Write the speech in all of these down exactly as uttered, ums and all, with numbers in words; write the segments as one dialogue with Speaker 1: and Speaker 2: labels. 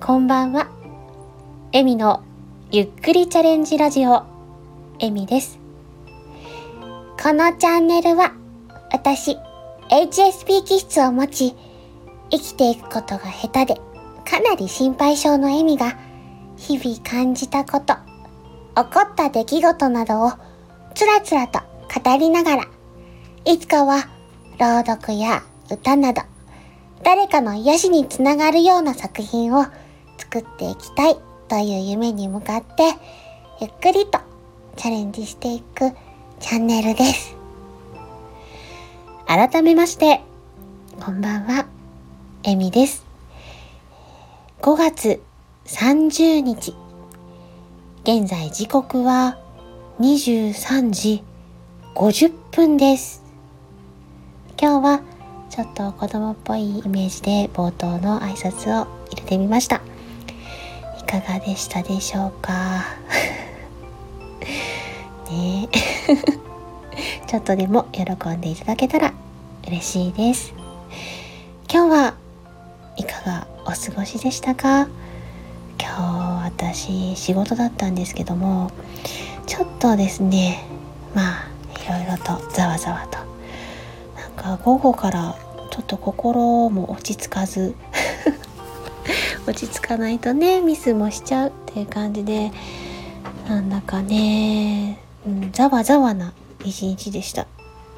Speaker 1: こんばんは。エミのゆっくりチャレンジラジオ、エミです。このチャンネルは私 エイチエスピー 気質を持ち、生きていくことが下手でかなり心配性のエミが日々感じたこと、起こった出来事などをつらつらと語りながら、いつかは朗読や歌など誰かの癒しにつながるような作品を作っていきたいという夢に向かってゆっくりとチャレンジしていくチャンネルです。改めましてこんばんは、エミです。ごがつさんじゅうにち、現在時刻はにじゅうさんじごじゅっぷんです。今日はちょっと子供っぽいイメージで冒頭の挨拶を入れてみました。いかがでしたでしょうかねえちょっとでも喜んでいただけたら嬉しいです。今日はいかがお過ごしでしたか？今日私仕事だったんですけども、ちょっとですね、まあいろいろとざわざわと、なんか午後からちょっと心も落ち着かず落ち着かないとね、ミスもしちゃうっていう感じで、なんだかね、うん、ざわざわな一日でした。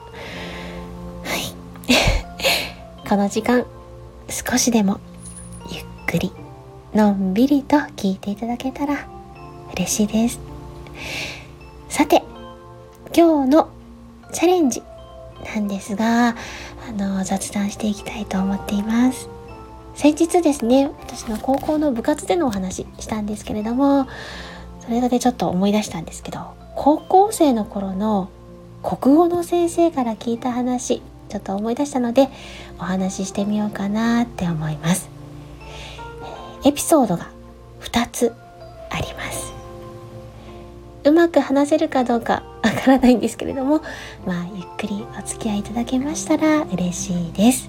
Speaker 1: はいこの時間少しでもゆっくりのんびりと聞いていただけたら嬉しいです。さて、今日のチャレンジなんですが、あの雑談していきたいと思っています。先日ですね、私の高校の部活でのお話したんですけれども、それでちょっと思い出したんですけど、高校生の頃の国語の先生から聞いた話、ちょっと思い出したのでお話ししてみようかなって思います。エピソードがふたつあります。うまく話せるかどうかわからないんですけれども、まあゆっくりお付き合いいただけましたら嬉しいです。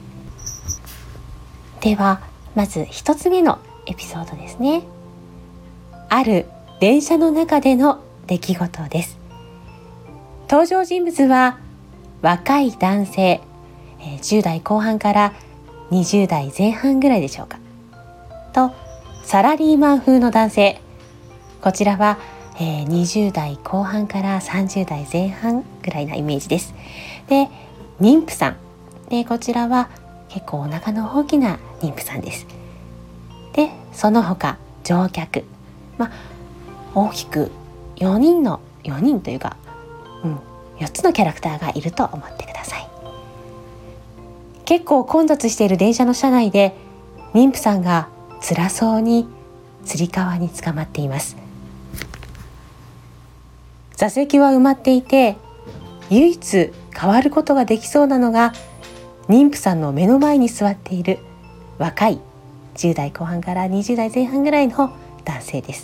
Speaker 1: ではまずひとつめのエピソードですね。ある電車の中での出来事です。登場人物は若い男性、えー、じゅうだいこう半からにじゅうだいぜん半ぐらいでしょうかと、サラリーマン風の男性、こちらは、えー、にじゅうだいこう半からさんじゅうだいぜん半ぐらいなイメージです。で、妊婦さんで、こちらは結構お腹の大きな妊婦さんです。で、その他乗客、まあ大きくよにんのよにんというか、うん、よっつのキャラクターがいると思ってください。結構混雑している電車の車内で、妊婦さんが辛そうにつり革に捕まっています。座席は埋まっていて、唯一変わることができそうなのが妊婦さんの目の前に座っている若いじゅうだいこう半からにじゅうだいぜん半ぐらいの男性です。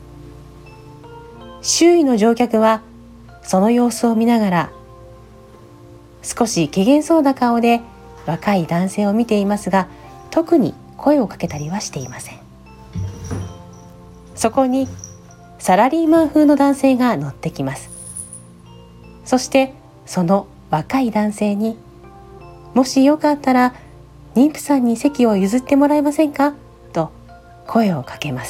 Speaker 1: 周囲の乗客はその様子を見ながら少し怪訝そうな顔で若い男性を見ていますが、特に声をかけたりはしていません。そこにサラリーマン風の男性が乗ってきます。そしてその若い男性に、もしよかったら妊婦さんに席を譲ってもらえませんかと声をかけます。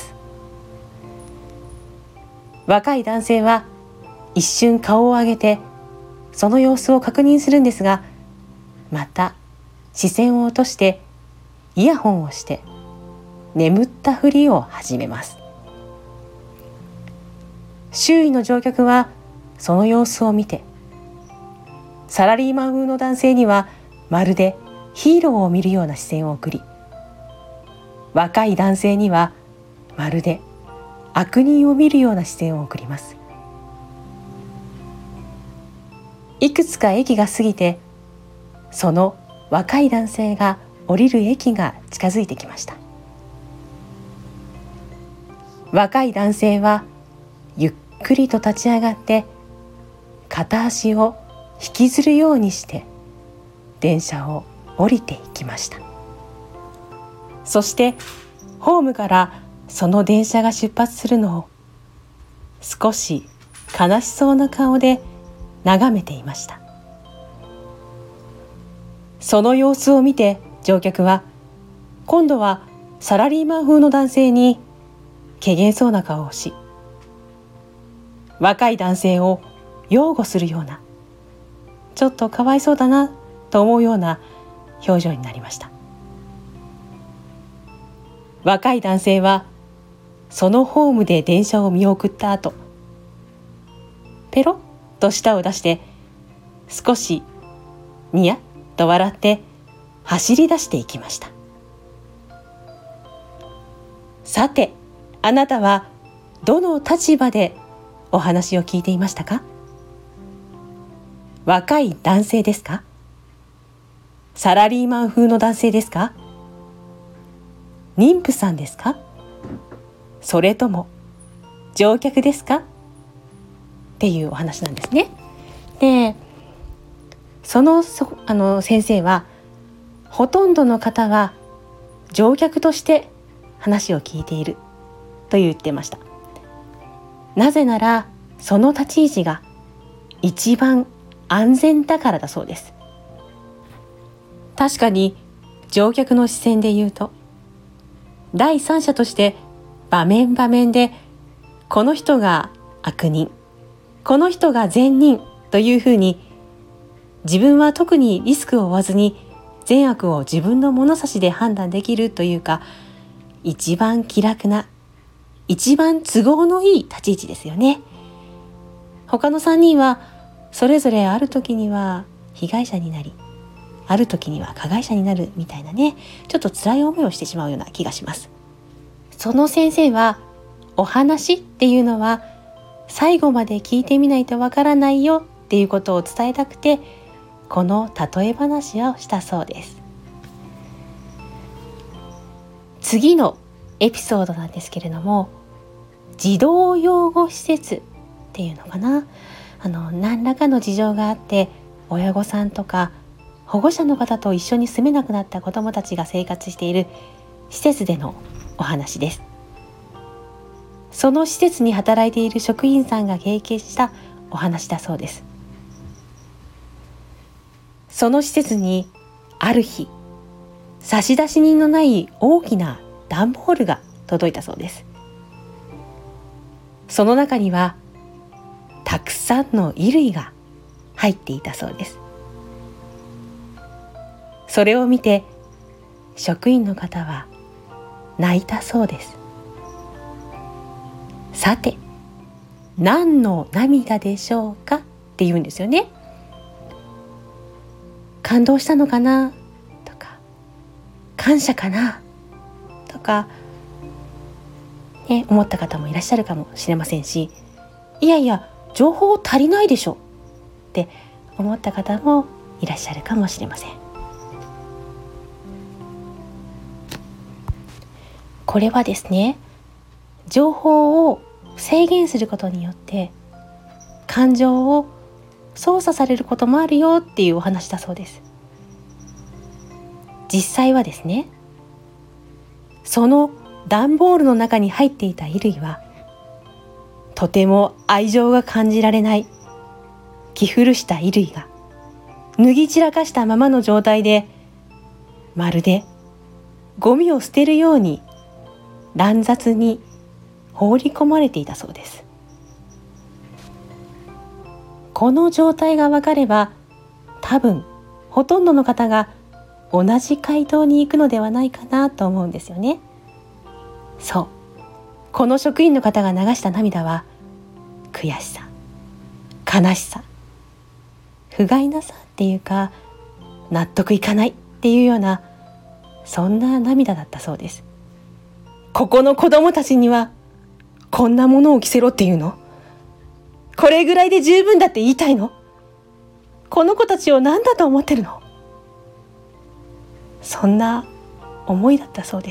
Speaker 1: 若い男性は一瞬顔を上げてその様子を確認するんですが、また視線を落としてイヤホンをして眠ったふりを始めます。周囲の乗客はその様子を見て、サラリーマン風の男性にはまるでヒーローを見るような視線を送り、若い男性にはまるで悪人を見るような視線を送ります。いくつか駅が過ぎて、その若い男性が降りる駅が近づいてきました。若い男性はゆっくりと立ち上がって片足を引きずるようにして電車を降りていきました。そしてホームからその電車が出発するのを少し悲しそうな顔で眺めていました。その様子を見て乗客は今度はサラリーマン風の男性に怪げそうな顔をし、若い男性を擁護するような、ちょっとかわいそうだなと思うような表情になりました。若い男性はそのホームで電車を見送った後、ペロッと舌を出して少しニヤッと笑って走り出していきました。さて、あなたはどの立場でお話を聞いていましたか？若い男性ですか？サラリーマン風の男性ですか？妊婦さんですか？それとも乗客ですか？っていうお話なんですね。で、その、そあの先生はほとんどの方は乗客として話を聞いていると言ってました。なぜならその立ち位置が一番安全だからだそうです。確かに乗客の視線で言うと、第三者として場面場面でこの人が悪人、この人が善人というふうに、自分は特にリスクを負わずに善悪を自分の物差しで判断できるというか、一番気楽な、一番都合のいい立ち位置ですよね。他のさんにんはそれぞれある時には被害者になり、ある時には加害者になるみたいなね、ちょっと辛い思いをしてしまうような気がします。その先生は、お話っていうのは最後まで聞いてみないとわからないよっていうことを伝えたくて、この例え話をしたそうです。次のエピソードなんですけれども、児童養護施設っていうのかな、あの何らかの事情があって親御さんとか保護者の方と一緒に住めなくなった子どもたちが生活している施設でのお話です。その施設に働いている職員さんが経験したお話だそうです。その施設にある日、差出人のない大きな段ボールが届いたそうです。その中にはたくさんの衣類が入っていたそうです。それを見て職員の方は泣いたそうです。さて、何の涙でしょうかって言うんですよね。感動したのかなとか、感謝かなとか、ね、思った方もいらっしゃるかもしれませんし、いやいや情報足りないでしょって思った方もいらっしゃるかもしれません。これはですね、情報を制限することによって感情を操作されることもあるよっていうお話だそうです。実際はですね、その段ボールの中に入っていた衣類はとても愛情が感じられない着古した衣類が脱ぎ散らかしたままの状態で、まるでゴミを捨てるように乱雑に放り込まれていたそうです。この状態が分かれば、多分ほとんどの方が同じ回答に行くのではないかなと思うんですよね。そう、この職員の方が流した涙は悔しさ、悲しさ、不甲斐なさっていうか、納得いかないっていうような、そんな涙だったそうです。ここの子供たちにはこんなものを着せろっていうの？これぐらいで十分だって言いたいの？この子たちを何だと思ってるの？そんな思いだったそうです。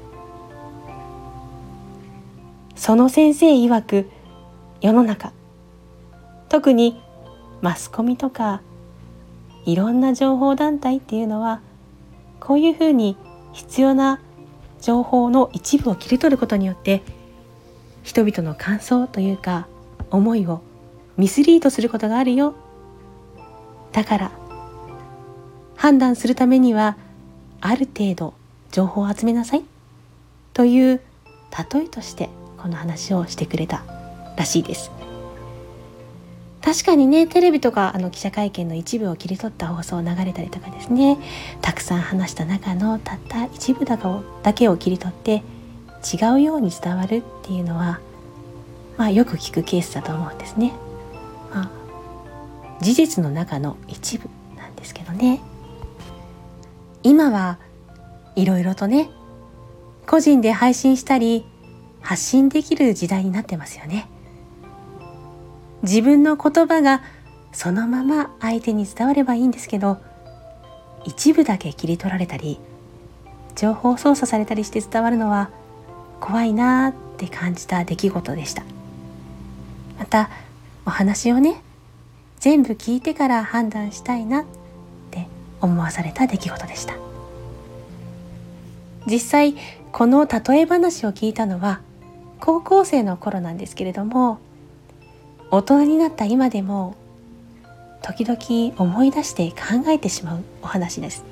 Speaker 1: その先生曰く、世の中、特にマスコミとかいろんな情報団体っていうのは、こういうふうに必要な情報の一部を切り取ることによって人々の感想というか思いをミスリードすることがあるよ。だから判断するためにはある程度情報を集めなさいという例えとしてこの話をしてくれたらしいです。確かにね、テレビとかあの記者会見の一部を切り取った放送を流れたりとかですね、たくさん話した中のたった一部だけを切り取って違うように伝わるっていうのは、まあよく聞くケースだと思うんですね。まあ事実の中の一部なんですけどね。今はいろいろとね、個人で配信したり発信できる時代になってますよね。自分の言葉がそのまま相手に伝わればいいんですけど、一部だけ切り取られたり情報操作されたりして伝わるのは怖いなーって感じた出来事でした。またお話をね、全部聞いてから判断したいなって思わされた出来事でした。実際この例え話を聞いたのは高校生の頃なんですけれども、大人になった今でも時々思い出して考えてしまうお話です。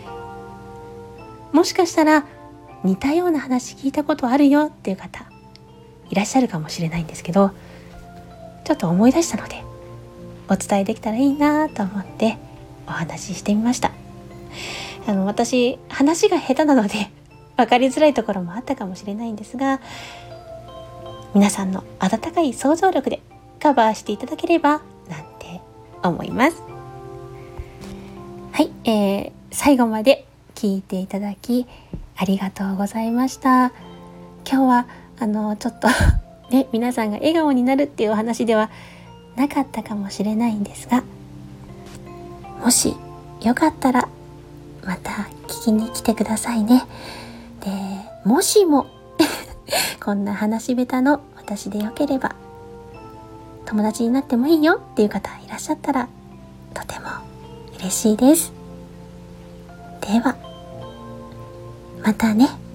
Speaker 1: もしかしたら似たような話聞いたことあるよっていう方いらっしゃるかもしれないんですけど、ちょっと思い出したのでお伝えできたらいいなと思ってお話ししてみました。あの私話が下手なので分かりづらいところもあったかもしれないんですが、皆さんの温かい想像力でカバーしていただければなんて思います。はい、えー、最後まで聞いていただきありがとうございました。今日はあのちょっとね、皆さんが笑顔になるっていうお話ではなかったかもしれないんですが、もしよかったらまた聞きに来てくださいね。で、もしもこんな話下手の私でよければ友達になってもいいよっていう方いらっしゃったらとても嬉しいです。ではまたね。